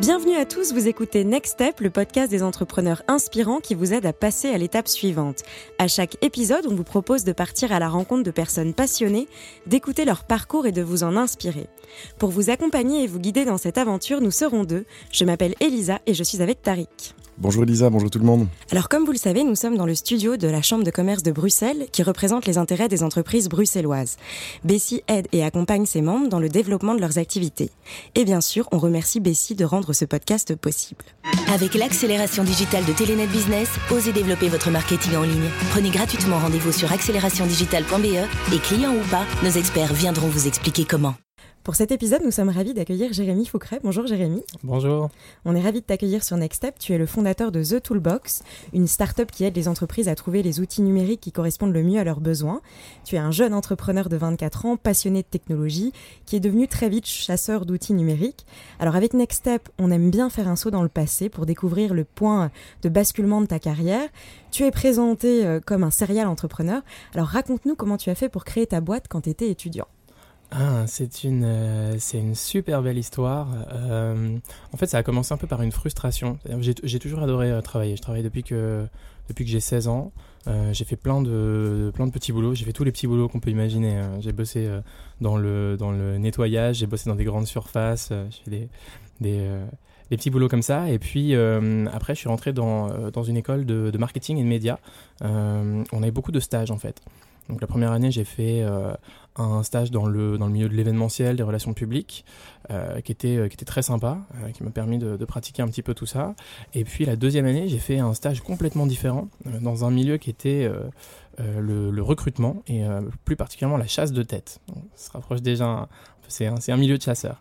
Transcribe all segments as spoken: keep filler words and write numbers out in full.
Bienvenue à tous, vous écoutez Next Step, le podcast des entrepreneurs inspirants qui vous aide à passer à l'étape suivante. À chaque épisode, on vous propose de partir à la rencontre de personnes passionnées, d'écouter leur parcours et de vous en inspirer. Pour vous accompagner et vous guider dans cette aventure, nous serons deux. Je m'appelle Elisa et je suis avec Tariq. Bonjour Elisa, bonjour tout le monde. Alors comme vous le savez, nous sommes dans le studio de la Chambre de commerce de Bruxelles qui représente les intérêts des entreprises bruxelloises. Bessie aide et accompagne ses membres dans le développement de leurs activités. Et bien sûr, on remercie Bessie de rendre ce podcast possible. Avec l'accélération digitale de Telenet Business, osez développer votre marketing en ligne. Prenez gratuitement rendez-vous sur accélération digitale point b e et clients ou pas, nos experts viendront vous expliquer comment. Pour cet épisode, nous sommes ravis d'accueillir Jérémy Foucret. Bonjour Jérémy. Bonjour. On est ravis de t'accueillir sur Next Step. Tu es le fondateur de The Toolbox, une start-up qui aide les entreprises à trouver les outils numériques qui correspondent le mieux à leurs besoins. Tu es un jeune entrepreneur de vingt-quatre ans, passionné de technologie, qui est devenu très vite chasseur d'outils numériques. Alors avec Next Step, on aime bien faire un saut dans le passé pour découvrir le point de basculement de ta carrière. Tu es présenté comme un serial entrepreneur. Alors raconte-nous comment tu as fait pour créer ta boîte quand tu étais étudiant. Ah, c'est une, euh, c'est une super belle histoire. Euh, en fait, ça a commencé un peu par une frustration. J'ai, j'ai toujours adoré euh, travailler. Je travaille depuis que, depuis que j'ai seize ans. Euh, j'ai fait plein de, plein de petits boulots. J'ai fait tous les petits boulots qu'on peut imaginer. Hein. J'ai bossé euh, dans, le, dans le nettoyage, j'ai bossé dans des grandes surfaces. Euh, j'ai fait des, des, euh, des petits boulots comme ça. Et puis euh, après, je suis rentré dans, euh, dans une école de, de marketing et de médias. Euh, on avait beaucoup de stages en fait. Donc la première année, j'ai fait euh, un stage dans le, dans le milieu de l'événementiel, des relations publiques, euh, qui, était, euh, qui était très sympa, euh, qui m'a permis de, de pratiquer un petit peu tout ça. Et puis la deuxième année, j'ai fait un stage complètement différent, euh, dans un milieu qui était euh, euh, le, le recrutement et euh, plus particulièrement la chasse de tête. Donc, ça se rapproche déjà, un, c'est, un, c'est un milieu de chasseurs.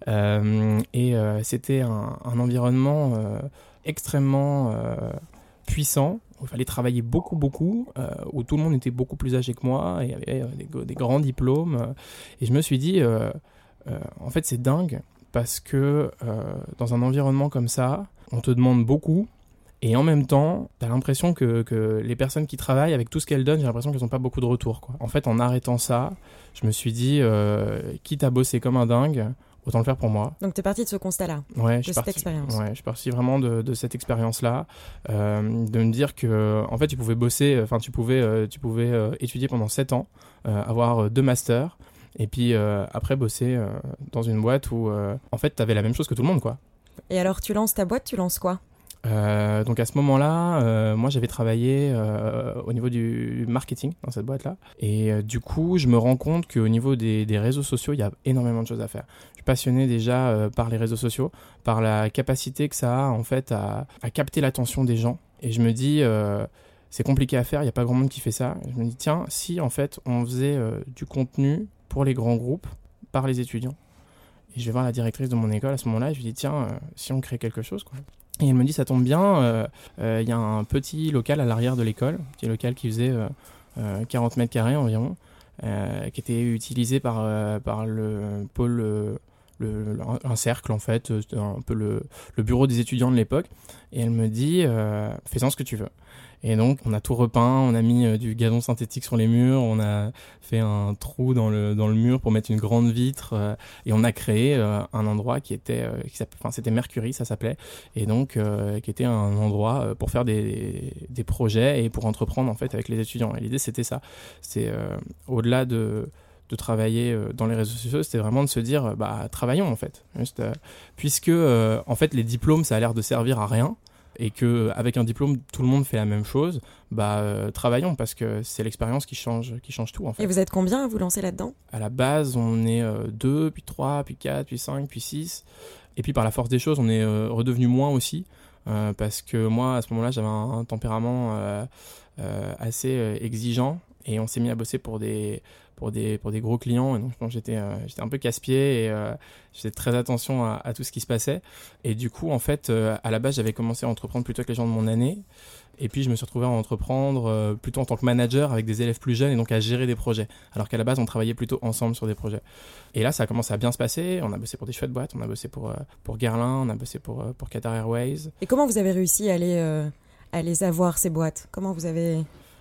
Euh, et euh, c'était un, un environnement euh, extrêmement euh, puissant, où il fallait travailler beaucoup, beaucoup, euh, où tout le monde était beaucoup plus âgé que moi et avait euh, des, des grands diplômes. Euh, et je me suis dit, euh, euh, en fait, c'est dingue parce que euh, dans un environnement comme ça, on te demande beaucoup et en même temps, tu as l'impression que, que les personnes qui travaillent, avec tout ce qu'elles donnent, j'ai l'impression qu'elles n'ont pas beaucoup de retour, quoi. En fait, en arrêtant ça, je me suis dit, euh, quitte à bosser comme un dingue, autant le faire pour moi. Donc, tu es parti de ce constat-là, ouais, de je cette parti, expérience. Ouais, je suis parti vraiment de, de cette expérience-là, euh, de me dire que, en fait, tu pouvais bosser, enfin, tu pouvais, euh, tu pouvais euh, étudier pendant sept ans, euh, avoir deux masters, et puis euh, après bosser euh, dans une boîte où, euh, en fait, tu avais la même chose que tout le monde, quoi. Et alors, tu lances ta boîte, tu lances quoi ? Euh, donc à ce moment-là, euh, moi j'avais travaillé euh, au niveau du marketing dans cette boîte-là, et euh, du coup je me rends compte qu'au niveau des, des réseaux sociaux, il y a énormément de choses à faire. Je suis passionné déjà euh, par les réseaux sociaux, par la capacité que ça a en fait à, à capter l'attention des gens, et je me dis euh, c'est compliqué à faire, il n'y a pas grand monde qui fait ça. Et je me dis tiens, si en fait on faisait euh, du contenu pour les grands groupes par les étudiants. Et je vais voir la directrice de mon école à ce moment-là et je lui dis tiens, euh, si on crée quelque chose, quoi. Et elle me dit ça tombe bien, il euh, euh, y a un petit local à l'arrière de l'école, un petit local qui faisait euh, euh, quarante mètres carrés environ, euh, qui était utilisé par, euh, par le pôle, euh, le, un cercle en fait, un peu le, le bureau des étudiants de l'époque. Et elle me dit euh, fais-en ce que tu veux. Et donc, on a tout repeint, on a mis euh, du gazon synthétique sur les murs, on a fait un trou dans le, dans le mur pour mettre une grande vitre, euh, et on a créé euh, un endroit qui était, euh, qui enfin, c'était Mercury, ça s'appelait, et donc, euh, qui était un endroit pour faire des, des projets et pour entreprendre, en fait, avec les étudiants. Et l'idée, c'était ça. C'est, euh, au-delà de, de travailler dans les réseaux sociaux, c'était vraiment de se dire, bah, travaillons, en fait. Juste, euh, puisque, euh, en fait, les diplômes, ça a l'air de servir à rien, et qu'avec un diplôme, tout le monde fait la même chose, bah, euh, travaillons, parce que c'est l'expérience qui change, qui change tout, en fait. Et vous êtes combien à vous lancer là-dedans ? À la base, on est euh, deux, puis trois, puis quatre, puis cinq, puis six. Et puis par la force des choses, on est euh, redevenu moins aussi, euh, parce que moi, à ce moment-là, j'avais un, un tempérament euh, euh, assez euh, exigeant, et on s'est mis à bosser pour des... pour des pour des gros clients, et donc je pense que j'étais euh, j'étais un peu casse-pied et euh, j'étais très attention à, à tout ce qui se passait, et du coup en fait euh, à la base j'avais commencé à entreprendre plutôt avec les gens de mon année, et puis je me suis retrouvé à entreprendre euh, plutôt en tant que manager avec des élèves plus jeunes, et donc à gérer des projets, alors qu'à la base on travaillait plutôt ensemble sur des projets. Et là ça a commencé à bien se passer, on a bossé pour des chouettes boîtes, on a bossé pour euh, pour Guerlain, on a bossé pour euh, pour Qatar Airways. Et comment vous avez réussi à les euh, à les avoir, ces boîtes ? Comment vous avez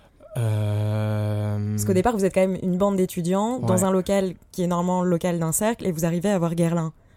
Euh... Parce qu'au départ, vous êtes quand même une bande d'étudiants Ouais. dans un local qui est normalement le local d'un cercle, et vous arrivez à avoir Guerlain.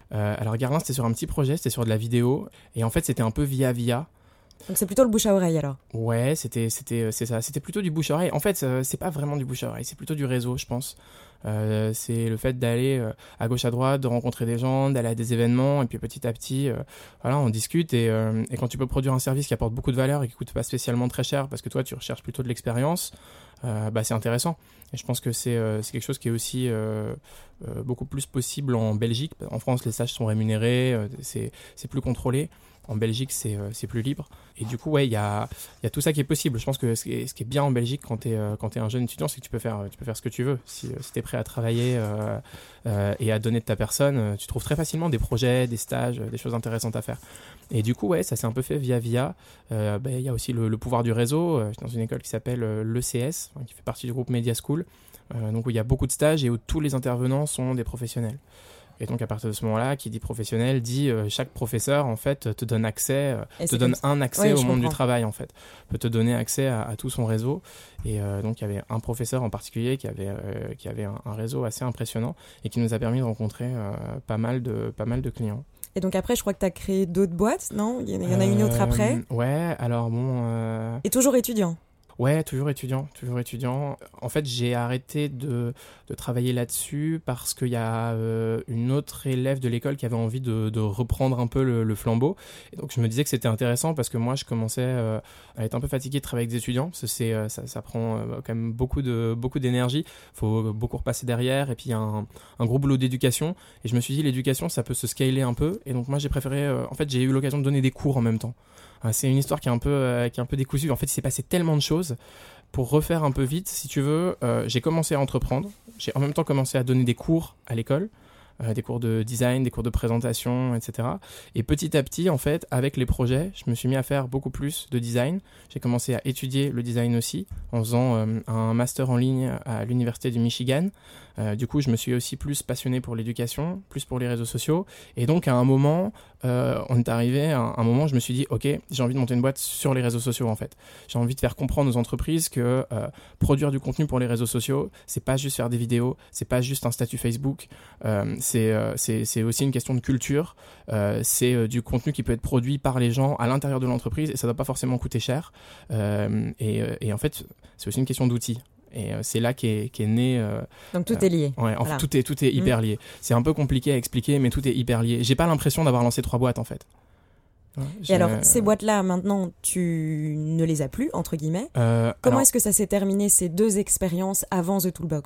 Euh, alors Garlin, c'était sur un petit projet, c'était sur de la vidéo. Et en fait, c'était un peu via via. Donc c'est plutôt le bouche à oreille alors. Ouais, c'était, c'était, c'est ça. C'était plutôt du bouche à oreille. En fait, euh, c'est pas vraiment du bouche à oreille, c'est plutôt du réseau, je pense. Euh, c'est le fait d'aller euh, à gauche à droite, de rencontrer des gens, d'aller à des événements, et puis petit à petit, euh, voilà, on discute. Et, euh, et quand tu peux produire un service qui apporte beaucoup de valeur et qui coûte pas spécialement très cher, parce que toi, tu recherches plutôt de l'expérience, euh, bah c'est intéressant. Et je pense que c'est, euh, c'est quelque chose qui est aussi euh, euh, beaucoup plus possible en Belgique. En France, les stages sont rémunérés, euh, c'est, c'est plus contrôlé. En Belgique, c'est, euh, c'est plus libre. Et du coup, ouais, il y a, y a tout ça qui est possible. Je pense que ce qui est, ce qui est bien en Belgique quand tu es euh, quand t'es un jeune étudiant, c'est que tu peux faire, tu peux faire ce que tu veux. Si, si tu es prêt à travailler euh, euh, et à donner de ta personne, euh, tu trouves très facilement des projets, des stages, euh, des choses intéressantes à faire. Et du coup, ouais, ça s'est un peu fait via via. Euh, bah, y a aussi le, le pouvoir du réseau. Euh, je suis dans une école qui s'appelle euh, l'E C S, qui fait partie du groupe Media School. Euh, donc où il y a beaucoup de stages et où tous les intervenants sont des professionnels. Et donc à partir de ce moment-là, qui dit professionnel, dit euh, chaque professeur en fait te donne accès, euh, te donne un accès oui, au monde comprends. du travail en fait, peut te donner accès à, à tout son réseau. Et euh, donc il y avait un professeur en particulier qui avait euh, qui avait un, un réseau assez impressionnant et qui nous a permis de rencontrer euh, pas mal de pas mal de clients. Et donc après, je crois que tu as créé d'autres boîtes, non ? Il y en a une autre après ? Euh, Ouais, alors bon. Euh... Et toujours étudiant ? Ouais, toujours étudiant, toujours étudiant. En fait, j'ai arrêté de, de travailler là-dessus parce qu'il y a euh, une autre élève de l'école qui avait envie de, de reprendre un peu le, le flambeau. Et donc, je me disais que c'était intéressant parce que moi, je commençais euh, à être un peu fatigué de travailler avec des étudiants. Parce que c'est, euh, ça, ça prend euh, quand même beaucoup, de, beaucoup d'énergie. Il faut beaucoup repasser derrière. Et puis, il y a un, un gros boulot d'éducation. Et je me suis dit, l'éducation, ça peut se scaler un peu. Et donc, moi, j'ai préféré... Euh, en fait, j'ai eu l'occasion de donner des cours en même temps. C'est une histoire qui est un peu, euh, qui est un peu décousue. En fait, il s'est passé tellement de choses. Pour refaire un peu vite, si tu veux, euh, j'ai commencé à entreprendre. J'ai en même temps commencé à donner des cours à l'école, euh, des cours de design, des cours de présentation, et cetera. Et petit à petit, en fait, avec les projets, je me suis mis à faire beaucoup plus de design. J'ai commencé à étudier le design aussi, en faisant euh, un master en ligne à l'université du Michigan. Euh, du coup, je me suis aussi plus passionné pour l'éducation, plus pour les réseaux sociaux. Et donc, à un moment, euh, on est arrivé à un moment où je me suis dit, ok, j'ai envie de monter une boîte sur les réseaux sociaux, en fait. J'ai envie de faire comprendre aux entreprises que euh, produire du contenu pour les réseaux sociaux, c'est pas juste faire des vidéos, c'est pas juste un statut Facebook, euh, c'est, euh, c'est, c'est aussi une question de culture. Euh, c'est euh, du contenu qui peut être produit par les gens à l'intérieur de l'entreprise et ça doit pas forcément coûter cher. Euh, et, et en fait, c'est aussi une question d'outils. Et euh, c'est là qu'est, qu'est né. Euh, Donc tout euh, est lié. Ouais, en Voilà. fait, tout est tout est hyper lié. C'est un peu compliqué à expliquer, mais tout est hyper lié. J'ai pas l'impression d'avoir lancé trois boîtes en fait. Ouais, Et alors, ces boîtes-là, maintenant, tu ne les as plus, entre guillemets. Euh, Comment alors, est-ce que ça s'est terminé, ces deux expériences avant The Toolbox ?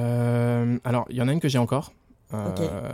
euh, alors, il y en a une que j'ai encore. Euh,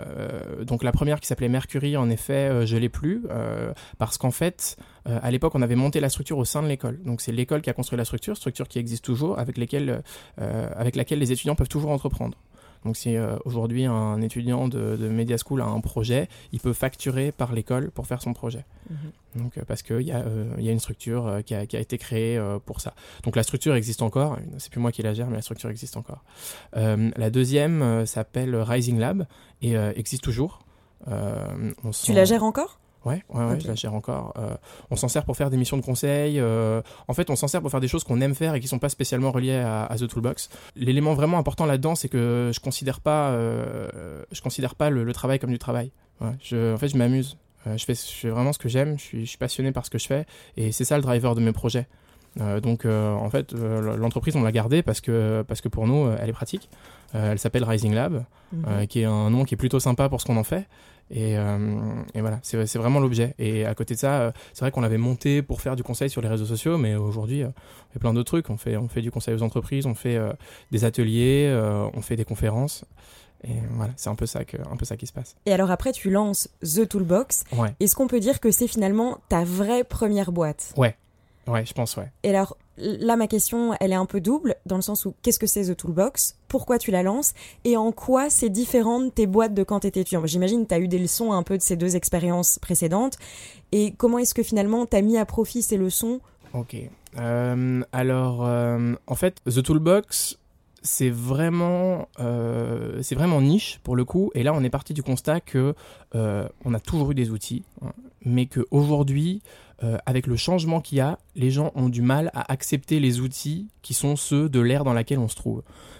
Ok. Donc la première qui s'appelait Mercury, en effet, euh, je l'ai plus euh, parce qu'en fait, euh, à l'époque, on avait monté la structure au sein de l'école. Donc c'est l'école qui a construit la structure, structure qui existe toujours, avec lesquelles, euh, avec laquelle les étudiants peuvent toujours entreprendre. Donc si euh, aujourd'hui un étudiant de, de Media School a un projet, il peut facturer par l'école pour faire son projet. Mmh. Donc euh, parce qu'il y, euh, y a une structure euh, qui, a, qui a été créée euh, pour ça. Donc la structure existe encore, c'est plus moi qui la gère, mais la structure existe encore. Euh, la deuxième euh, s'appelle Rising Lab et euh, existe toujours. Euh, on tu la gères encore ? Ouais, ouais, ouais, okay. je la gère encore. Euh, on s'en sert pour faire des missions de conseil. Euh, en fait, on s'en sert pour faire des choses qu'on aime faire et qui sont pas spécialement reliées à, à The Toolbox. L'élément vraiment important là-dedans, c'est que je considère pas, euh, je considère pas le, le travail comme du travail. Ouais, je, en fait, je m'amuse. Euh, je fais, je fais vraiment ce que j'aime. Je suis, je suis passionné par ce que je fais et c'est ça le driver de mes projets. Euh, donc, euh, en fait, euh, l'entreprise, on l'a gardée parce que, parce que pour nous, euh, elle est pratique. Euh, elle s'appelle Rising Lab, mm-hmm. euh, qui est un nom qui est plutôt sympa pour ce qu'on en fait. Et, euh, et voilà, c'est, c'est vraiment l'objet. Et à côté de ça, euh, c'est vrai qu'on l'avait monté pour faire du conseil sur les réseaux sociaux, mais aujourd'hui, euh, on fait plein d'autres trucs. On fait, on fait du conseil aux entreprises, on fait euh, des ateliers, euh, on fait des conférences. Et voilà, c'est un peu ça, que, un peu ça qui se passe. Et alors après, tu lances The Toolbox. Ouais. Est-ce qu'on peut dire que c'est finalement ta vraie première boîte ? Ouais, ouais, je pense, ouais. Et alors, là, ma question, elle est un peu double, dans le sens où, qu'est-ce que c'est The Toolbox ? Pourquoi tu la lances ? Et en quoi c'est différent de tes boîtes de quand tu étais étudiant ? J'imagine que tu as eu des leçons un peu de ces deux expériences précédentes. Et comment est-ce que finalement, tu as mis à profit ces leçons ? Ok. Euh, alors, euh, en fait, The Toolbox... c'est vraiment euh, c'est vraiment niche pour le coup, et là on est parti du constat que euh, on a toujours eu des outils, hein, mais que aujourd'hui euh, avec le changement qu'il y a, les gens ont du mal à accepter les outils qui sont ceux de l'ère dans laquelle on se trouve.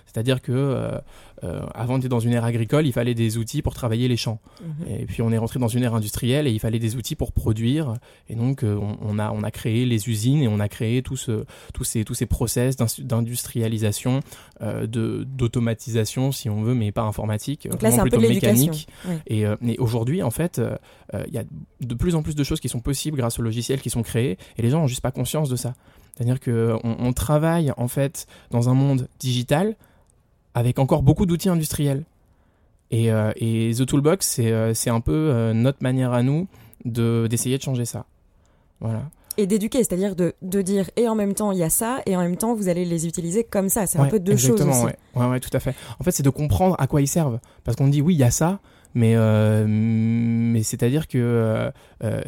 C'est-à-dire que euh, euh, avant d'être dans une ère agricole, il fallait des outils pour travailler les champs. Mmh. Et puis on est rentré dans une ère industrielle et il fallait des outils pour produire. Et donc euh, on, on, a, on a créé les usines et on a créé tout ce, tous, ces, tous ces process d'industrialisation, euh, de, d'automatisation si on veut, mais pas informatique. Donc là c'est un peu de l'éducation. Oui. Et, euh, et aujourd'hui en fait, il euh, y a de plus en plus de choses qui sont possibles grâce aux logiciels qui sont créés et les gens n'ont juste pas conscience de ça. C'est-à-dire qu'on on travaille en fait dans un monde digital avec encore beaucoup d'outils industriels. Et, euh, et The Toolbox, c'est, euh, c'est un peu euh, notre manière à nous de, d'essayer de changer ça. Voilà. Et d'éduquer, c'est-à-dire de, de dire et en même temps il y a ça et en même temps vous allez les utiliser comme ça. C'est ouais, un peu deux choses aussi. Ouais. Ouais, ouais, tout à fait. En fait, c'est de comprendre à quoi ils servent. Parce qu'on dit oui, il y a ça, mais, euh, mais c'est-à-dire que euh, euh,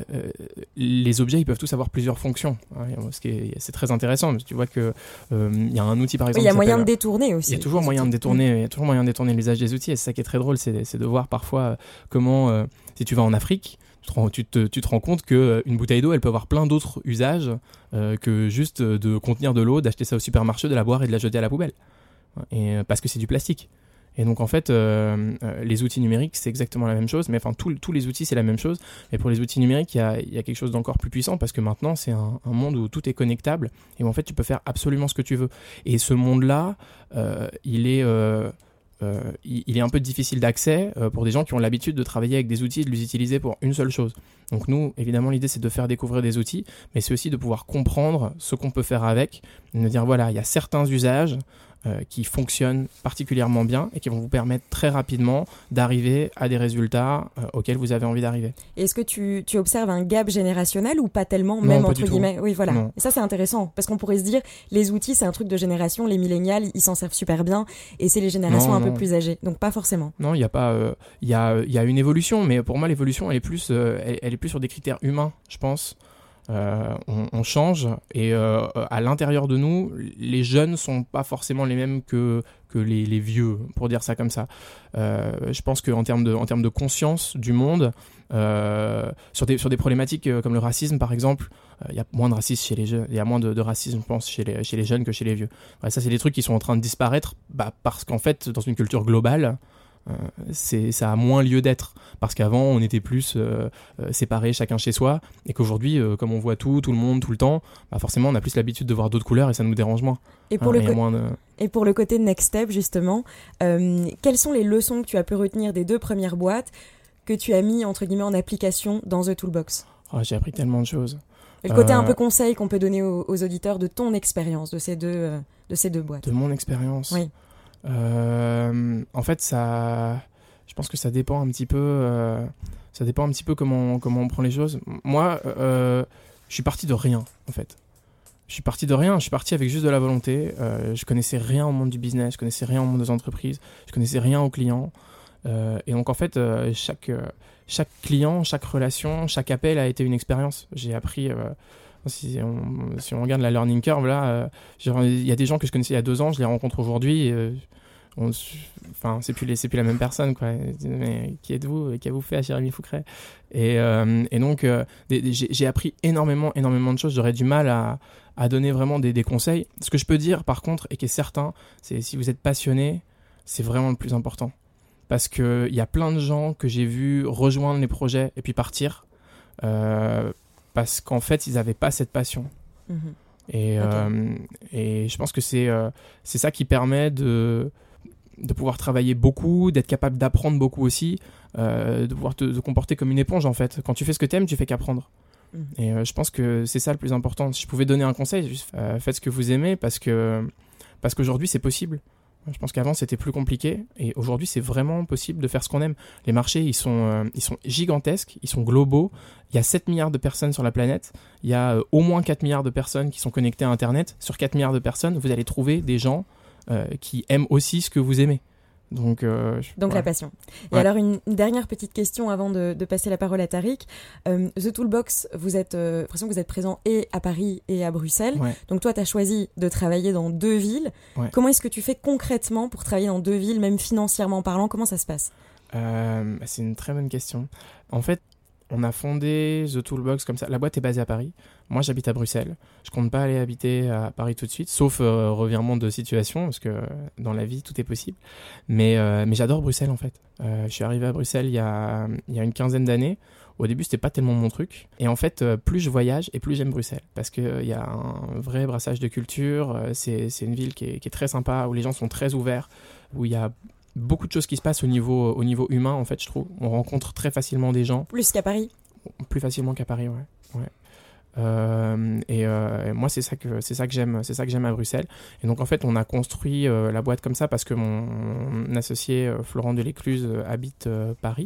les objets, ils peuvent tous avoir plusieurs fonctions. Ouais, ce qui est, c'est très intéressant. Tu vois qu'il euh, y a un outil, par exemple... Il oui, y a moyen de détourner aussi. Il y a toujours moyen de détourner, il y a toujours moyen de détourner l'usage des outils. Et c'est ça qui est très drôle, c'est, c'est de voir parfois comment, euh, si tu vas en Afrique, tu te, rends, tu, te, tu te rends compte qu'une bouteille d'eau, elle peut avoir plein d'autres usages euh, que juste de contenir de l'eau, d'acheter ça au supermarché, de la boire et de la jeter à la poubelle. Et, parce que c'est du plastique. Et donc en fait, euh, euh, les outils numériques, c'est exactement la même chose, mais enfin tous tous les outils, c'est la même chose. Mais pour les outils numériques, il y a, il y a quelque chose d'encore plus puissant parce que maintenant, c'est un, un monde où tout est connectable et où en fait, tu peux faire absolument ce que tu veux. Et ce monde-là, euh, il est... Euh, Euh, il, il est un peu difficile d'accès euh, pour des gens qui ont l'habitude de travailler avec des outils et de les utiliser pour une seule chose. Donc nous, évidemment, l'idée c'est de faire découvrir des outils, mais c'est aussi de pouvoir comprendre ce qu'on peut faire avec, de dire voilà, il y a certains usages euh, qui fonctionnent particulièrement bien et qui vont vous permettre très rapidement d'arriver à des résultats euh, auxquels vous avez envie d'arriver. Et est-ce que tu, tu observes un gap générationnel ou pas tellement, non, même pas entre guillemets Oui, voilà. Non. Et ça c'est intéressant parce qu'on pourrait se dire les outils c'est un truc de génération, les millénials ils s'en servent super bien et c'est les générations non, un non. peu plus âgées, donc pas forcément. Non, il y a pas, il euh, y a, il y a une évolution, mais pour moi l'évolution elle est plus, euh, elle, elle est plus sur des critères humains, je pense. Euh, on, on change et euh, à l'intérieur de nous, les jeunes sont pas forcément les mêmes que que les, les vieux, pour dire ça comme ça. Euh, je pense qu'en termes de en termes de conscience du monde, euh, sur des sur des problématiques comme le racisme par exemple, il euh, y a moins de racisme chez les jeunes, il y a moins de, de racisme, je pense, chez les chez les jeunes que chez les vieux. Ouais, ça c'est des trucs qui sont en train de disparaître, bah, parce qu'en fait dans une culture globale. Euh, c'est, ça a moins lieu d'être parce qu'avant on était plus euh, euh, séparés chacun chez soi et qu'aujourd'hui euh, comme on voit tout, tout le monde, tout le temps, bah forcément on a plus l'habitude de voir d'autres couleurs et ça nous dérange moins. Et pour, hein, le, et co- moins de... et pour le côté Next Step justement, euh, quelles sont les leçons que tu as pu retenir des deux premières boîtes que tu as mis entre guillemets en application dans The Toolbox? Oh, j'ai appris tellement de choses. Et le côté euh... un peu conseil qu'on peut donner aux, aux auditeurs de ton expérience de ces deux, euh, de ces deux boîtes. De mon expérience. Oui. Euh, en fait, ça, je pense que ça dépend un petit peu. Euh, ça dépend un petit peu comment comment on prend les choses. Moi, euh, je suis parti de rien, en fait. Je suis parti de rien. Je suis parti avec juste de la volonté. Euh, je connaissais rien au monde du business. Je connaissais rien au monde des entreprises. Je connaissais rien aux clients. Euh, et donc en fait, euh, chaque chaque client, chaque relation, chaque appel a été une expérience. J'ai appris. Euh, Si on, si on regarde la learning curve, là, euh, il y a des gens que je connaissais il y a deux ans, je les rencontre aujourd'hui. Et, euh, on, enfin, c'est plus, les, c'est plus la même personne, quoi. Mais qui êtes-vous? Qu'avez-vous fait à Jérémy Foucret? Et, euh, et donc, euh, des, des, j'ai, j'ai appris énormément, énormément de choses. J'aurais du mal à, à donner vraiment des, des conseils. Ce que je peux dire, par contre, et qui est certain, c'est si vous êtes passionné, c'est vraiment le plus important. Parce qu'il y a plein de gens que j'ai vus rejoindre les projets et puis partir. Euh, parce qu'en fait, ils n'avaient pas cette passion. Mmh. Et, okay. euh, et je pense que c'est, euh, c'est ça qui permet de, de pouvoir travailler beaucoup, d'être capable d'apprendre beaucoup aussi, euh, de pouvoir te de comporter comme une éponge, en fait. Quand tu fais ce que tu aimes, tu fais qu'apprendre. Mmh. Et euh, je pense que c'est ça le plus important. Si je pouvais donner un conseil, juste euh, faites ce que vous aimez, parce, que, parce qu'aujourd'hui, c'est possible. Je pense qu'avant c'était plus compliqué et aujourd'hui c'est vraiment possible de faire ce qu'on aime. Les marchés ils sont, euh, ils sont gigantesques, ils sont globaux. Il y a sept milliards de personnes sur la planète. Il y a euh, au moins quatre milliards de personnes qui sont connectées à Internet. Sur quatre milliards de personnes, vous allez trouver des gens euh, qui aiment aussi ce que vous aimez. Donc, euh, Donc ouais. la passion. Et ouais. alors une, une dernière petite question avant de, de passer la parole à Tariq. Euh, The Toolbox, vous êtes, euh, l'impression que vous êtes présent et à Paris et à Bruxelles. Ouais. Donc toi, tu as choisi de travailler dans deux villes. Ouais. Comment est-ce que tu fais concrètement pour travailler dans deux villes, même financièrement parlant? Comment ça se passe? euh, C'est une très bonne question. En fait, on a fondé The Toolbox comme ça. La boîte est basée à Paris. Moi, j'habite à Bruxelles. Je compte pas aller habiter à Paris tout de suite, sauf euh, revirement de situation, parce que euh, dans la vie, tout est possible. Mais, euh, mais j'adore Bruxelles, en fait. Euh, je suis arrivé à Bruxelles il y a, il y a une quinzaine d'années. Au début, c'était pas tellement mon truc. Et en fait, euh, plus je voyage et plus j'aime Bruxelles. Parce qu'il euh, y a un vrai brassage de culture. Euh, c'est, c'est une ville qui est, qui est très sympa, où les gens sont très ouverts, où il y a beaucoup de choses qui se passent au niveau, au niveau humain, en fait, je trouve. On rencontre très facilement des gens. Plus qu'à Paris. Plus facilement qu'à Paris, ouais. ouais. Euh, et, euh, et moi, c'est ça que c'est ça que j'aime, c'est ça que j'aime à Bruxelles. Et donc, en fait, on a construit euh, la boîte comme ça parce que mon, mon associé euh, Florent Delécluse euh, habite euh, Paris.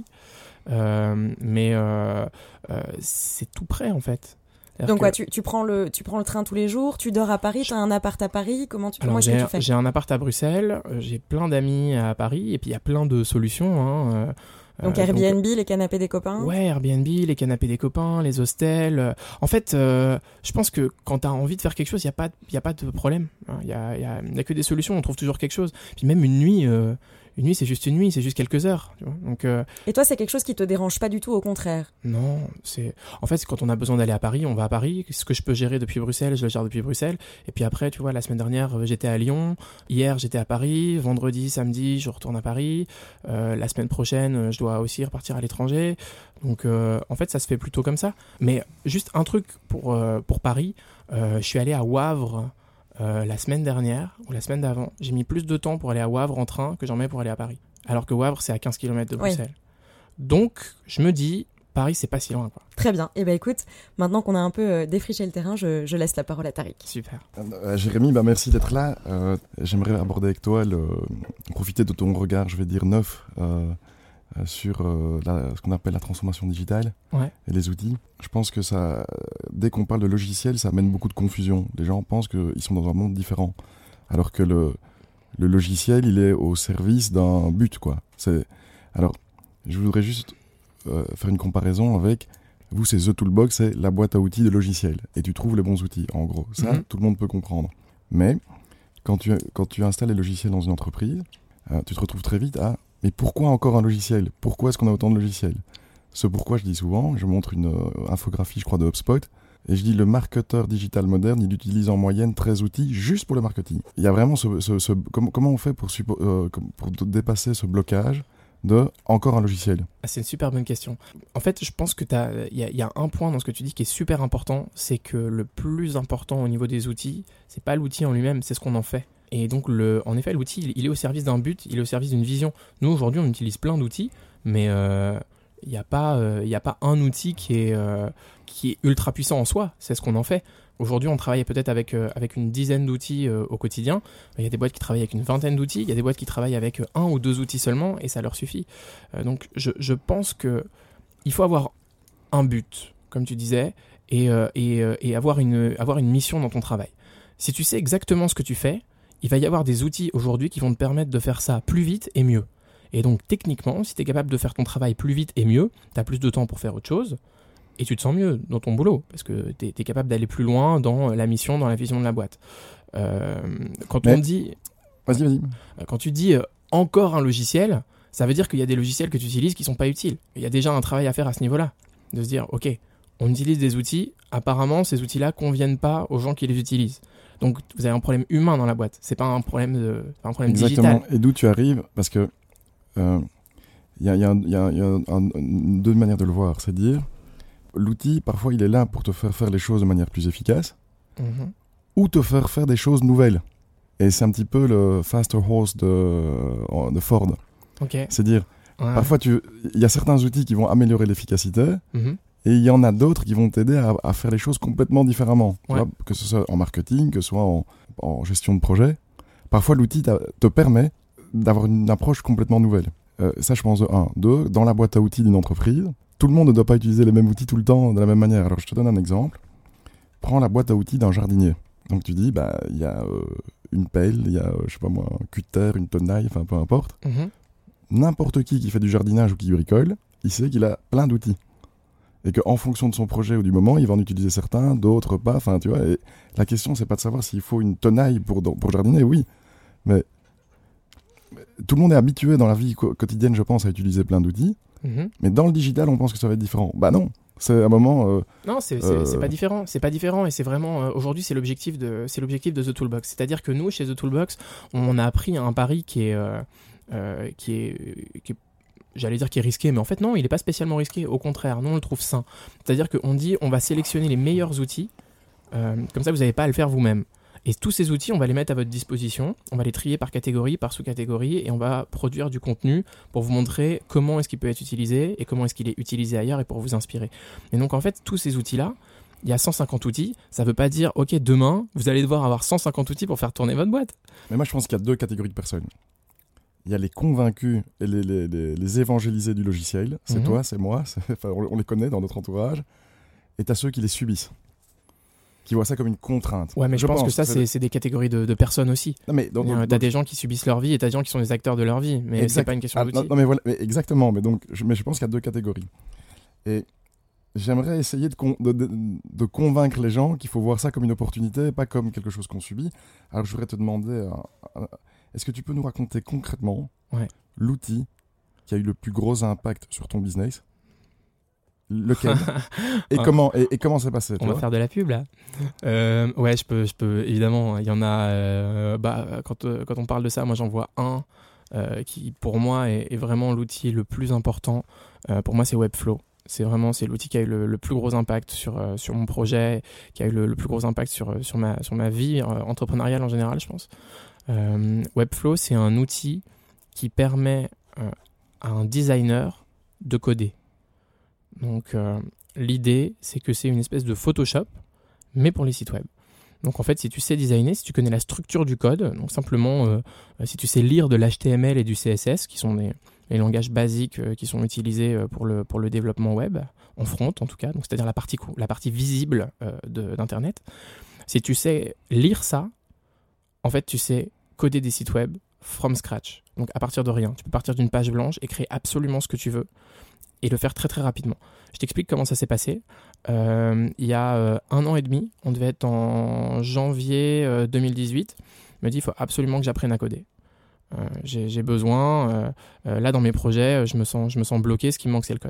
Euh, mais euh, euh, c'est tout près, en fait. C'est-à-dire donc, que... quoi, tu, tu, prends le, tu prends le train tous les jours, tu dors à Paris, tu as un appart à Paris, comment, tu, Alors, comment est-ce j'ai, que tu fais ? J'ai un appart à Bruxelles, j'ai plein d'amis à Paris, et puis il y a plein de solutions. Hein, donc, euh, Airbnb, donc, les canapés des copains ? Ouais, Airbnb, les canapés des copains, les hostels. En fait, euh, je pense que quand tu as envie de faire quelque chose, il n'y a, pas, y a pas de problème. Il n'y a, y a, y a que des solutions, on trouve toujours quelque chose. Puis même une nuit... Euh, Une nuit, c'est juste une nuit, c'est juste quelques heures. Tu vois. Donc, euh... Et toi, c'est quelque chose qui te dérange pas du tout, au contraire ? Non, c'est... En fait, quand on a besoin d'aller à Paris, on va à Paris. Ce que je peux gérer depuis Bruxelles, je le gère depuis Bruxelles. Et puis après, tu vois, la semaine dernière, j'étais à Lyon. Hier, j'étais à Paris. Vendredi, samedi, je retourne à Paris. Euh, la semaine prochaine, je dois aussi repartir à l'étranger. Donc, euh, en fait, ça se fait plutôt comme ça. Mais juste un truc pour, euh, pour Paris. Euh, je suis allé à Wavre... Euh, la semaine dernière ou la semaine d'avant, j'ai mis plus de temps pour aller à Wavre en train que j'en mets pour aller à Paris. Alors que Wavre, c'est à quinze kilomètres de Bruxelles. Oui. Donc, je me dis, Paris, c'est pas si loin, quoi. Très bien. Et eh ben écoute, maintenant qu'on a un peu euh, défriché le terrain, je, je laisse la parole à Tariq. Super. Euh, Jérémy, bah merci d'être là. Euh, j'aimerais aborder avec toi, le... profiter de ton regard, je vais dire neuf, euh, euh, sur euh, la, ce qu'on appelle la transformation digitale ouais. et les outils. Je pense que ça, dès qu'on parle de logiciel, ça amène beaucoup de confusion. Les gens pensent qu'ils sont dans un monde différent, alors que le, le logiciel, il est au service d'un but, quoi. C'est... Alors, je voudrais juste euh, faire une comparaison avec... Vous, c'est The Toolbox, c'est la boîte à outils de logiciel. Et tu trouves les bons outils, en gros. Ça, mm-hmm. tout le monde peut comprendre. Mais, quand tu, quand tu installes les logiciels dans une entreprise, euh, tu te retrouves très vite à... Mais pourquoi encore un logiciel ? Pourquoi est-ce qu'on a autant de logiciels ? Ce pourquoi je dis souvent, je montre une euh, infographie, je crois, de HubSpot, et je dis le marketeur digital moderne, il utilise en moyenne treize outils juste pour le marketing. Il y a vraiment ce... ce, ce com- comment on fait pour, suppo- euh, pour dépasser ce blocage de encore un logiciel ? C'est une super bonne question. En fait, je pense que il y, y a un point dans ce que tu dis qui est super important, c'est que le plus important au niveau des outils, c'est pas l'outil en lui-même, c'est ce qu'on en fait. Et donc, le, en effet, l'outil, il, il est au service d'un but, il est au service d'une vision. Nous, aujourd'hui, on utilise plein d'outils, mais euh, il n'y a pas, euh, il y a pas un outil qui est, euh, qui est ultra puissant en soi, c'est ce qu'on en fait. Aujourd'hui, on travaille peut-être avec, euh, avec une dizaine d'outils euh, au quotidien. Il y a des boîtes qui travaillent avec une vingtaine d'outils, il y a des boîtes qui travaillent avec un ou deux outils seulement, et ça leur suffit. Euh, donc, je, je pense qu'il faut avoir un but, comme tu disais, et, euh, et, euh, et avoir, une, avoir une mission dans ton travail. Si tu sais exactement ce que tu fais, il va y avoir des outils aujourd'hui qui vont te permettre de faire ça plus vite et mieux. Et donc, techniquement, si tu es capable de faire ton travail plus vite et mieux, tu as plus de temps pour faire autre chose, et tu te sens mieux dans ton boulot, parce que tu es capable d'aller plus loin dans la mission, dans la vision de la boîte. Euh, quand Mais... on dit... Vas-y, vas-y. Quand tu dis euh, encore un logiciel, ça veut dire qu'il y a des logiciels que tu utilises qui ne sont pas utiles. Il y a déjà un travail à faire à ce niveau-là, de se dire, ok, on utilise des outils, apparemment, ces outils-là ne conviennent pas aux gens qui les utilisent. Donc, vous avez un problème humain dans la boîte. C'est pas un problème, de, pas un problème Exactement. digital. Et d'où tu arrives, parce que il euh, y a, y a, y a, y a un, un, deux manières de le voir. C'est dire, l'outil, parfois, il est là pour te faire faire les choses de manière plus efficace, mm-hmm. ou te faire faire des choses nouvelles. Et c'est un petit peu le faster horse de, de Ford. Okay. C'est dire, ouais. parfois, il y a certains outils qui vont améliorer l'efficacité, mm-hmm. et il y en a d'autres qui vont t'aider à, à faire les choses complètement différemment. Ouais. Tu vois, que ce soit en marketing, que ce soit en, en gestion de projet. Parfois, l'outil te permet d'avoir une approche complètement nouvelle. Euh, ça, je pense de un. Deux, dans la boîte à outils d'une entreprise, tout le monde ne doit pas utiliser les mêmes outils tout le temps de la même manière. Alors, je te donne un exemple. Prends la boîte à outils d'un jardinier. Donc, tu dis, bah, il y a euh, une pelle, il y a, euh, je sais pas moi, un cutter, une tenaille, enfin, peu importe. Mm-hmm. N'importe qui qui fait du jardinage ou qui bricole, il sait qu'il a plein d'outils. Et qu'en fonction de son projet ou du moment, il va en utiliser certains, d'autres pas. Enfin, tu vois, et la question, c'est pas de savoir s'il faut une tenaille pour, pour jardiner, oui. Mais tout le monde est habitué dans la vie co- quotidienne, je pense, à utiliser plein d'outils. Mm-hmm. Mais dans le digital, on pense que ça va être différent. Bah non, c'est un moment... Euh, Non, c'est, c'est, euh... c'est pas différent. C'est pas différent et c'est vraiment... Euh, aujourd'hui, c'est l'objectif, de, c'est l'objectif de The Toolbox. C'est-à-dire que nous, chez The Toolbox, on a pris un pari qui est... Euh, euh, qui est, qui est j'allais dire qu'il est risqué, mais en fait, non, il n'est pas spécialement risqué. Au contraire, nous, on le trouve sain. C'est-à-dire qu'on dit, on va sélectionner les meilleurs outils. Euh, comme ça, vous n'avez pas à le faire vous-même. Et tous ces outils, on va les mettre à votre disposition, on va les trier par catégorie, par sous-catégorie, et on va produire du contenu pour vous montrer comment est-ce qu'il peut être utilisé et comment est-ce qu'il est utilisé ailleurs et pour vous inspirer. Et donc en fait, tous ces outils-là, il y a cent cinquante outils, ça ne veut pas dire, ok, demain, vous allez devoir avoir cent cinquante outils pour faire tourner votre boîte. Mais moi, je pense qu'il y a deux catégories de personnes. Il y a les convaincus et les, les, les, les évangélisés du logiciel. C'est mm-hmm. toi, c'est moi, c'est, enfin, on, on les connaît dans notre entourage. Et tu as ceux qui les subissent, qui voient ça comme une contrainte. Ouais, mais je, je pense, pense que ça, c'est, c'est, c'est des catégories de, de personnes aussi. Non, mais donc, euh, donc, t'as des gens qui subissent leur vie et t'as des gens qui sont des acteurs de leur vie, mais exact. C'est pas une question ah, d'outils. Non, non, mais voilà, mais exactement. Mais donc, je, mais je pense qu'il y a deux catégories. Et j'aimerais essayer de, con, de, de, de convaincre les gens qu'il faut voir ça comme une opportunité, pas comme quelque chose qu'on subit. Alors, je voudrais te demander, euh, euh, est-ce que tu peux nous raconter concrètement ouais. l'outil qui a eu le plus gros impact sur ton business ? Lequel et, ouais. comment, et, et comment c'est passé? On va vois faire de la pub là. Euh, ouais, je peux, je peux évidemment. Il y en a. Euh, bah, quand, euh, quand on parle de ça, moi j'en vois un euh, qui, pour moi, est, est vraiment l'outil le plus important. Euh, pour moi, c'est Webflow. C'est vraiment c'est l'outil qui a eu le, le plus gros impact sur, euh, sur mon projet, qui a eu le, le plus gros impact sur, sur, ma, sur ma vie euh, entrepreneuriale en général, je pense. Euh, Webflow, c'est un outil qui permet euh, à un designer de coder. Donc euh, l'idée, c'est que c'est une espèce de Photoshop, mais pour les sites web. Donc en fait, si tu sais designer, si tu connais la structure du code, donc simplement euh, si tu sais lire de l'H T M L et du C S S, qui sont des, les langages basiques euh, qui sont utilisés euh, pour, le, pour le développement web, en front en tout cas, donc c'est-à-dire la partie, la partie visible euh, de, d'Internet, si tu sais lire ça, en fait tu sais coder des sites web from scratch, donc à partir de rien. Tu peux partir d'une page blanche et créer absolument ce que tu veux, et le faire très très rapidement. Je t'explique comment ça s'est passé. Euh, il y a euh, un an et demi, on devait être en janvier euh, deux mille dix-huit, il me dit il faut absolument que j'apprenne à coder. Euh, j'ai, j'ai besoin, euh, euh, là dans mes projets, je me sens, je me sens bloqué, ce qui me manque c'est le code.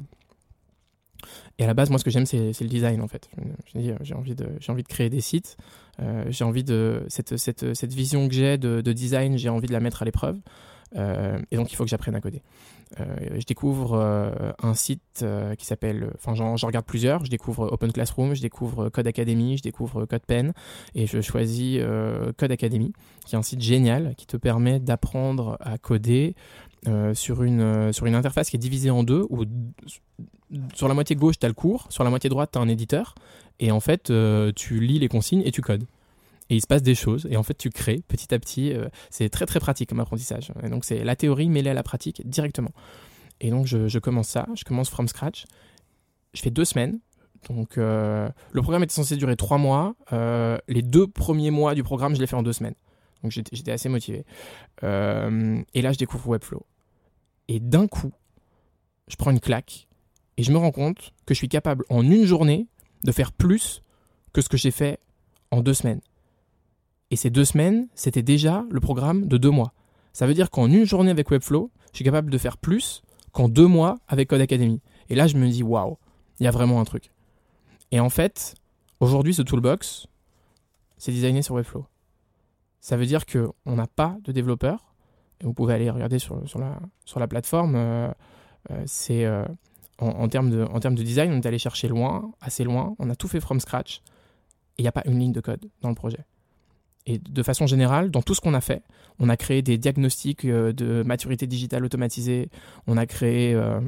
Et à la base, moi ce que j'aime c'est, c'est le design en fait. Je, je dis, j'ai, envie de, j'ai envie de créer des sites, euh, j'ai envie de, cette, cette, cette vision que j'ai de, de design, j'ai envie de la mettre à l'épreuve. Euh, et donc il faut que j'apprenne à coder. Euh, je découvre euh, un site euh, qui s'appelle, enfin j'en, j'en regarde plusieurs, je découvre Open Classroom, je découvre Code Academy, je découvre CodePen et je choisis euh, Code Academy, qui est un site génial qui te permet d'apprendre à coder euh, sur, une, euh, sur une interface qui est divisée en deux, où sur la moitié gauche tu as le cours, sur la moitié droite tu as un éditeur et en fait euh, tu lis les consignes et tu codes. Et il se passe des choses, et en fait tu crées petit à petit, euh, c'est très très pratique comme apprentissage. Et donc c'est la théorie mêlée à la pratique directement. Et donc je, je commence ça, je commence from scratch, je fais deux semaines, donc euh, le programme était censé durer trois mois, euh, les deux premiers mois du programme je l'ai fait en deux semaines, donc j'étais, j'étais assez motivé. Euh, et là je découvre Webflow, et d'un coup, je prends une claque, et je me rends compte que je suis capable en une journée de faire plus que ce que j'ai fait en deux semaines. Et ces deux semaines, c'était déjà le programme de deux mois. Ça veut dire qu'en une journée avec Webflow, je suis capable de faire plus qu'en deux mois avec Code Academy. Et là, je me dis, waouh, il y a vraiment un truc. Et en fait, aujourd'hui, ce toolbox, c'est designé sur Webflow. Ça veut dire qu'on n'a pas de développeurs. Et vous pouvez aller regarder sur, sur, la, sur la plateforme. Euh, euh, c'est, euh, en, en, termes de, en termes de design, on est allé chercher loin, assez loin. On a tout fait from scratch. Et il n'y a pas une ligne de code dans le projet. Et de façon générale, dans tout ce qu'on a fait, on a créé des diagnostics de maturité digitale automatisés, on a créé euh,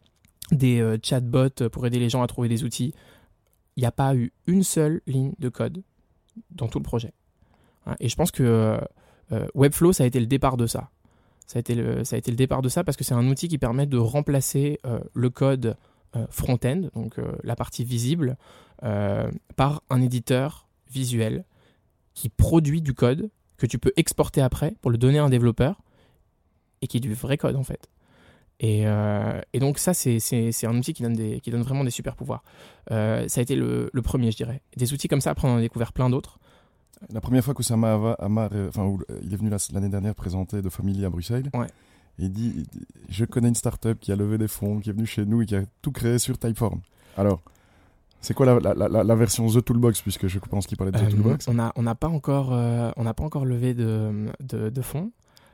des euh, chatbots pour aider les gens à trouver des outils. Il n'y a pas eu une seule ligne de code dans tout le projet. Et je pense que euh, Webflow, ça a été le départ de ça. Ça a été le, ça a été le départ de ça parce que c'est un outil qui permet de remplacer euh, le code euh, front-end, donc euh, la partie visible, euh, par un éditeur visuel qui produit du code que tu peux exporter après pour le donner à un développeur et qui est du vrai code en fait. Et, euh, et donc ça, c'est, c'est, c'est un outil qui donne, des, qui donne vraiment des super pouvoirs. Euh, ça a été le, le premier, je dirais. Des outils comme ça, après on en a découvert plein d'autres. La première fois qu'Oussama Amar, Amar enfin, où, il est venu la, l'année dernière présenter de Family à Bruxelles, Ouais. et il dit, il dit je connais une start-up qui a levé des fonds, qui est venue chez nous et qui a tout créé sur Typeform. Alors, c'est quoi la, la, la, la version The Toolbox, puisque je pense qu'il parlait de The Euh, Toolbox? On n'a on n'a pas encore, euh, on n'a pas encore levé de, de, de fonds.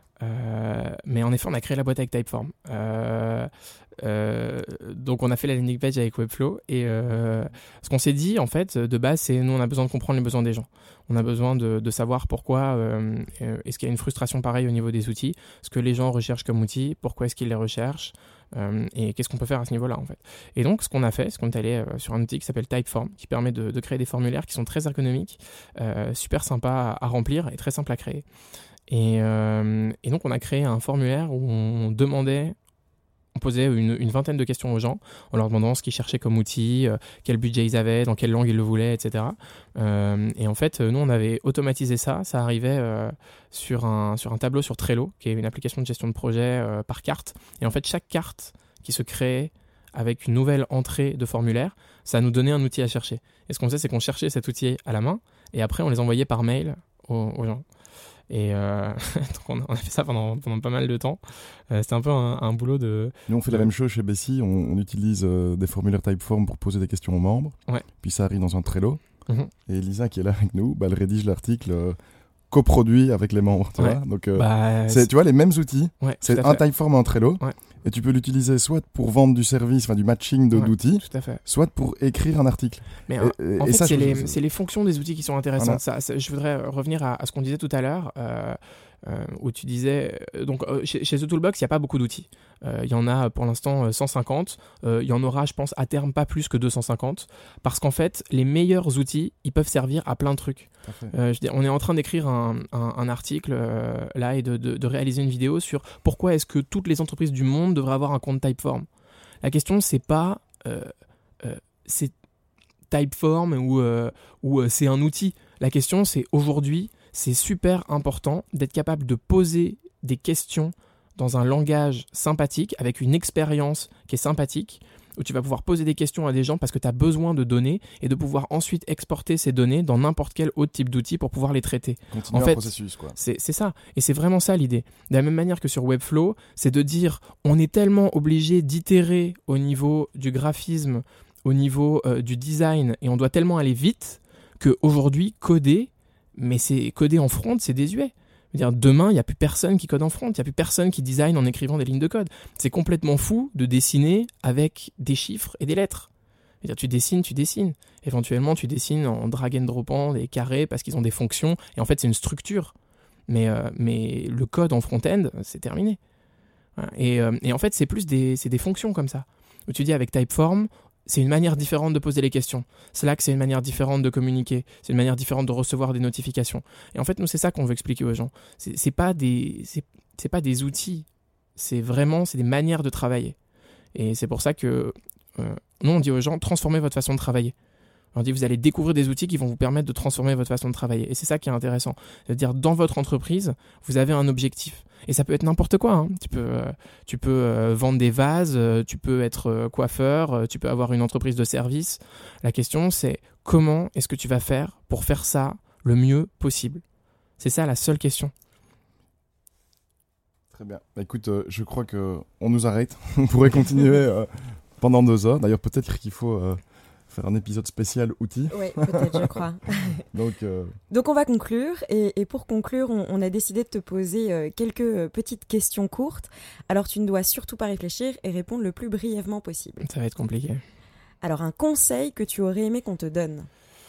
Euh, mais en effet, on a créé la boîte avec Typeform. Euh, euh, donc, on a fait la landing page avec Webflow. Et euh, ce qu'on s'est dit, en fait, de base, c'est nous, on a besoin de comprendre les besoins des gens. On a besoin de, de savoir pourquoi euh, est-ce qu'il y a une frustration pareille au niveau des outils, ce que les gens recherchent comme outils, pourquoi est-ce qu'ils les recherchent, euh, et qu'est-ce qu'on peut faire à ce niveau-là, en fait. Et donc, ce qu'on a fait, c'est qu'on est allé euh, sur un outil qui s'appelle Typeform, qui permet de, de créer des formulaires qui sont très ergonomiques, euh, super sympas à, à remplir et très simples à créer. Et, euh, et donc, on a créé un formulaire où on demandait, on posait une, une vingtaine de questions aux gens en leur demandant ce qu'ils cherchaient comme outil, euh, quel budget ils avaient, dans quelle langue ils le voulaient, et cetera. Euh, et en fait, nous, on avait automatisé ça. Ça arrivait euh, sur, un, sur un tableau sur Trello, qui est une application de gestion de projet euh, par carte. Et en fait, chaque carte qui se créait avec une nouvelle entrée de formulaire, ça nous donnait un outil à chercher. Et ce qu'on faisait, c'est qu'on cherchait cet outil à la main et après, on les envoyait par mail aux, aux gens. Et euh, donc on a fait ça pendant, pendant pas mal de temps. Euh, c'était un peu un, un boulot de... Nous, on fait de... la même chose chez Bessie. On, on utilise euh, des formulaires Typeform pour poser des questions aux membres. Ouais. Puis ça arrive dans un Trello. Mm-hmm. Et Lisa, qui est là avec nous, bah, elle rédige l'article euh, coproduit avec les membres. Tu ouais. vois Donc, euh, bah, c'est, tu vois, les mêmes outils. Ouais, c'est un Typeform en Trello. Ouais. Et tu peux l'utiliser soit pour vendre du service, enfin du matching de, ouais, d'outils, tout à fait. soit pour écrire un article. Mais et, en, et, en et fait, ça, c'est, les, c'est... c'est les fonctions des outils qui sont intéressantes. Voilà. Ça, ça, je voudrais revenir à, à ce qu'on disait tout à l'heure, euh, euh, où tu disais... Euh, donc, euh, chez, chez The Toolbox, il n'y a pas beaucoup d'outils. Il euh, y en a pour l'instant cent cinquante. Il euh, y en aura, je pense, à terme, pas plus que deux cent cinquante. Parce qu'en fait, les meilleurs outils, ils peuvent servir à plein de trucs. Euh, je veux dire, on est en train d'écrire un, un, un article euh, là et de, de, de réaliser une vidéo sur pourquoi est-ce que toutes les entreprises du monde devraient avoir un compte Typeform. La question, c'est pas euh, euh, c'est Typeform ou, euh, ou euh, c'est un outil. La question, c'est aujourd'hui, c'est super important d'être capable de poser des questions dans un langage sympathique, avec une expérience qui est sympathique, où tu vas pouvoir poser des questions à des gens parce que tu as besoin de données et de pouvoir ensuite exporter ces données dans n'importe quel autre type d'outil pour pouvoir les traiter. Continuer en un fait, processus, quoi. C'est, c'est ça. Et c'est vraiment ça l'idée. De la même manière que sur Webflow, c'est de dire on est tellement obligé d'itérer au niveau du graphisme, au niveau euh, du design, et on doit tellement aller vite qu'aujourd'hui, coder, mais c'est coder en front, c'est désuet. Dire, demain, il n'y a plus personne qui code en front, il n'y a plus personne qui design en écrivant des lignes de code. C'est complètement fou de dessiner avec des chiffres et des lettres. Dire, tu dessines, tu dessines. Éventuellement, tu dessines en drag and dropant des carrés parce qu'ils ont des fonctions, et en fait, c'est une structure. Mais, euh, mais le code en front-end, c'est terminé. Et, euh, et en fait, c'est plus des, c'est des fonctions comme ça. Où tu dis, avec Typeform, c'est une manière différente de poser les questions. Slack, c'est une manière différente de communiquer. C'est une manière différente de recevoir des notifications. Et en fait, nous, c'est ça qu'on veut expliquer aux gens. C'est, c'est pas des, c'est, c'est pas des outils. C'est vraiment, c'est des manières de travailler. Et c'est pour ça que euh, nous, on dit aux gens, transformez votre façon de travailler. On dit, vous allez découvrir des outils qui vont vous permettre de transformer votre façon de travailler. Et c'est ça qui est intéressant. C'est-à-dire, dans votre entreprise, vous avez un objectif. Et ça peut être n'importe quoi. Hein. Tu peux, euh, tu peux euh, vendre des vases, euh, tu peux être euh, coiffeur, euh, tu peux avoir une entreprise de service. La question, c'est comment est-ce que tu vas faire pour faire ça le mieux possible. C'est ça la seule question. Très bien. Bah, écoute, euh, je crois qu'on nous arrête. On pourrait continuer euh, pendant deux heures. D'ailleurs, peut-être qu'il faut... Euh... faire un épisode spécial outils. Oui, peut-être, je crois. Donc, euh... Donc, on va conclure. Et, et pour conclure, on, on a décidé de te poser euh, quelques euh, petites questions courtes. Alors, tu ne dois surtout pas réfléchir et répondre le plus brièvement possible. Ça va être compliqué. Alors, un conseil que tu aurais aimé qu'on te donne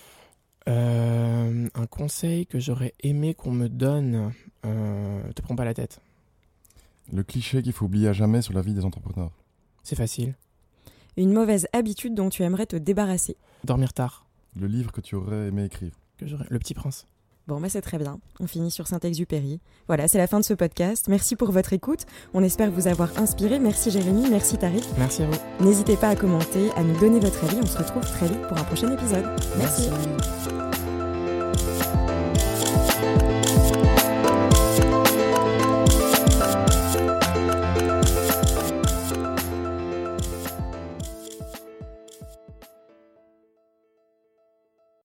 euh, Un conseil que j'aurais aimé qu'on me donne. Euh, te prends pas la tête. Le cliché qu'il faut oublier à jamais sur la vie des entrepreneurs. C'est facile. Une mauvaise habitude dont tu aimerais te débarrasser. Dormir tard. Le livre que tu aurais aimé écrire. Que j'aurais... Le Petit Prince. Bon, bah c'est très bien. On finit sur Saint-Exupéry. Voilà, c'est la fin de ce podcast. Merci pour votre écoute. On espère vous avoir inspiré. Merci Jérémy, merci Tariq. Merci à vous. N'hésitez pas à commenter, à nous donner votre avis. On se retrouve très vite pour un prochain épisode. Merci. Merci.